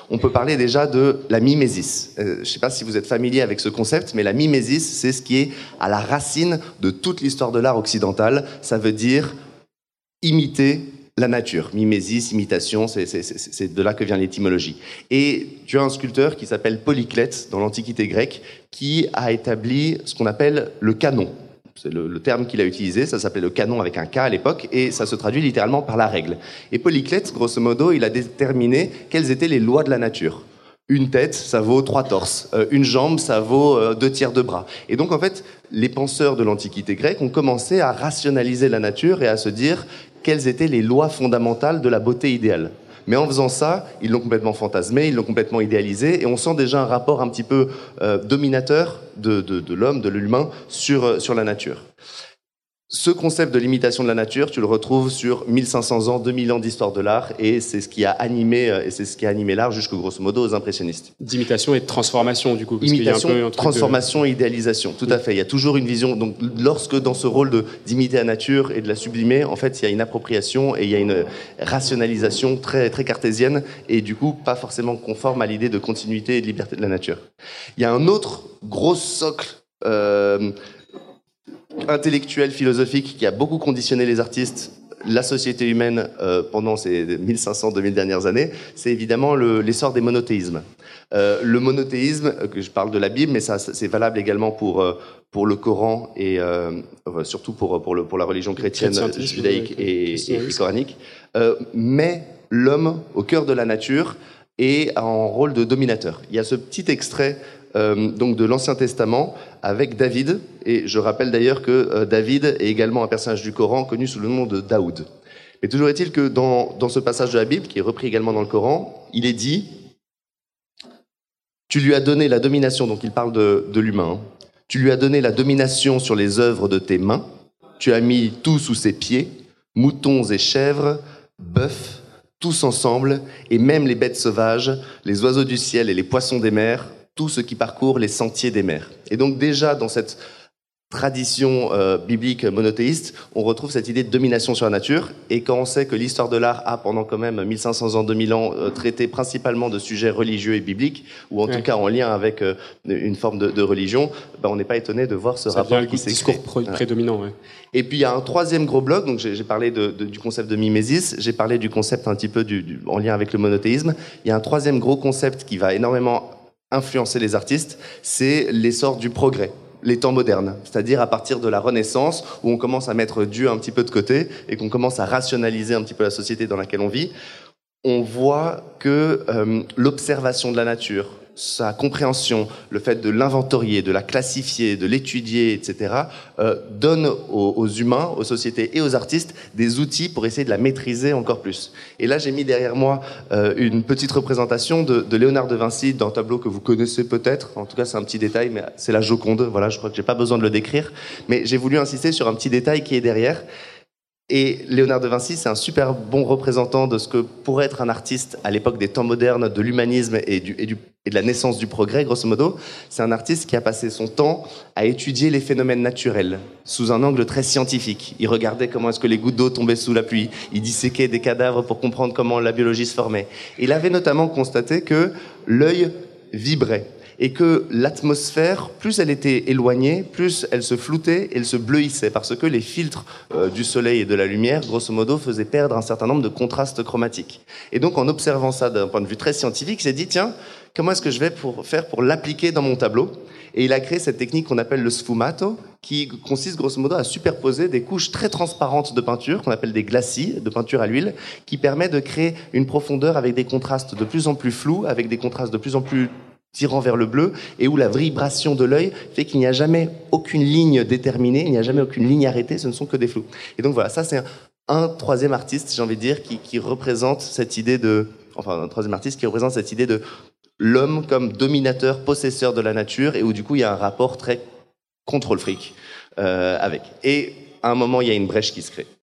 on peut parler déjà de la mimésis. Je ne sais pas si vous êtes familier avec ce concept, mais la mimésis, c'est ce qui est à la racine de toute l'histoire de l'art occidental. Ça veut dire imiter la nature. Mimésis, imitation, c'est de là que vient l'étymologie. Et tu as un sculpteur qui s'appelle Polyclète, dans l'Antiquité grecque, qui a établi ce qu'on appelle le canon. C'est le terme qu'il a utilisé, ça s'appelait le canon avec un K à l'époque, et ça se traduit littéralement par la règle. Et Polyclète, grosso modo, il a déterminé quelles étaient les lois de la nature. Une tête, ça vaut 3 torses. Une jambe, ça vaut 2 tiers de bras. Et donc, en fait, les penseurs de l'Antiquité grecque ont commencé à rationaliser la nature et à se dire quelles étaient les lois fondamentales de la beauté idéale. Mais en faisant ça, ils l'ont complètement fantasmé, ils l'ont complètement idéalisé, et on sent déjà un rapport un petit peu dominateur de l'homme, de l'humain, sur la nature. Ce concept de l'imitation de la nature, tu le retrouves sur 1500 ans, 2000 ans d'histoire de l'art, et c'est ce qui a animé l'art jusqu'au grosso modo aux impressionnistes. D'imitation et de transformation, du coup. Parce imitation, qu'il y a un peu transformation et idéalisation, tout à fait. Il y a toujours une vision. Donc, lorsque dans ce rôle d'imiter la nature et de la sublimer, en fait, il y a une appropriation et il y a une rationalisation très, très cartésienne, et du coup, pas forcément conforme à l'idée de continuité et de liberté de la nature. Il y a un autre gros socle intellectuel, philosophique, qui a beaucoup conditionné les artistes, la société humaine pendant ces 1500-2000 dernières années, c'est évidemment l'essor des monothéismes. Le monothéisme, que je parle de la Bible, mais ça c'est valable également pour le Coran et surtout pour la religion chrétienne, judaïque et coranique, met l'homme au cœur de la nature et en rôle de dominateur. Il y a ce petit extrait donc de l'Ancien Testament avec David, et je rappelle d'ailleurs que David est également un personnage du Coran connu sous le nom de Daoud. Mais toujours est-il que dans ce passage de la Bible, qui est repris également dans le Coran, il est dit « Tu lui as donné la domination », donc il parle de l'humain, hein. « Tu lui as donné la domination sur les œuvres de tes mains, tu as mis tout sous ses pieds, moutons et chèvres, bœufs, tous ensemble, et même les bêtes sauvages, les oiseaux du ciel et les poissons des mers, tout ce qui parcourt les sentiers des mers. » Et donc déjà, dans cette tradition biblique monothéiste, on retrouve cette idée de domination sur la nature. Et quand on sait que l'histoire de l'art a, pendant quand même 1500 ans, 2000 ans, traité principalement de sujets religieux et bibliques, ou en tout cas en lien avec une forme de religion, on n'est pas étonné de voir ce rapport qui s'est créé. Discours prédominant, ouais. Et puis il y a un troisième gros bloc, donc j'ai parlé du concept de mimésis, j'ai parlé du concept un petit peu en lien avec le monothéisme. Il y a un troisième gros concept qui va énormément influencer les artistes, c'est l'essor du progrès, les temps modernes, c'est-à-dire à partir de la Renaissance, où on commence à mettre Dieu un petit peu de côté et qu'on commence à rationaliser un petit peu la société dans laquelle on vit. On voit que l'observation de la nature, sa compréhension, le fait de l'inventorier, de la classifier, de l'étudier, etc., donne aux humains, aux sociétés et aux artistes des outils pour essayer de la maîtriser encore plus. Et là, j'ai mis derrière moi une petite représentation de Léonard de Vinci d'un tableau que vous connaissez peut-être. En tout cas, c'est un petit détail, mais c'est la Joconde. Voilà, je crois que j'ai pas besoin de le décrire. Mais j'ai voulu insister sur un petit détail qui est derrière. Et Léonard de Vinci, c'est un super bon représentant de ce que pourrait être un artiste à l'époque des temps modernes, de l'humanisme et de la naissance du progrès, grosso modo. C'est un artiste qui a passé son temps à étudier les phénomènes naturels sous un angle très scientifique. Il regardait comment est-ce que les gouttes d'eau tombaient sous la pluie. Il disséquait des cadavres pour comprendre comment la biologie se formait. Et il avait notamment constaté que l'œil vibrait. Et que l'atmosphère, plus elle était éloignée, plus elle se floutait, elle se bleuissait, parce que les filtres du soleil et de la lumière, grosso modo, faisaient perdre un certain nombre de contrastes chromatiques. Et donc, en observant ça d'un point de vue très scientifique, il s'est dit, tiens, comment est-ce que je vais faire pour l'appliquer dans mon tableau ? Et il a créé cette technique qu'on appelle le sfumato, qui consiste grosso modo à superposer des couches très transparentes de peinture, qu'on appelle des glacis, de peinture à l'huile, qui permet de créer une profondeur avec des contrastes de plus en plus flous, avec des contrastes de plus en plus tirant vers le bleu, et où la vibration de l'œil fait qu'il n'y a jamais aucune ligne déterminée, il n'y a jamais aucune ligne arrêtée, ce ne sont que des flous. Et donc voilà, ça c'est un troisième artiste, j'ai envie de dire, qui représente cette idée un troisième artiste qui représente cette idée de l'homme comme dominateur, possesseur de la nature, et où du coup il y a un rapport très contrôle fric avec. Et à un moment, il y a une brèche qui se crée.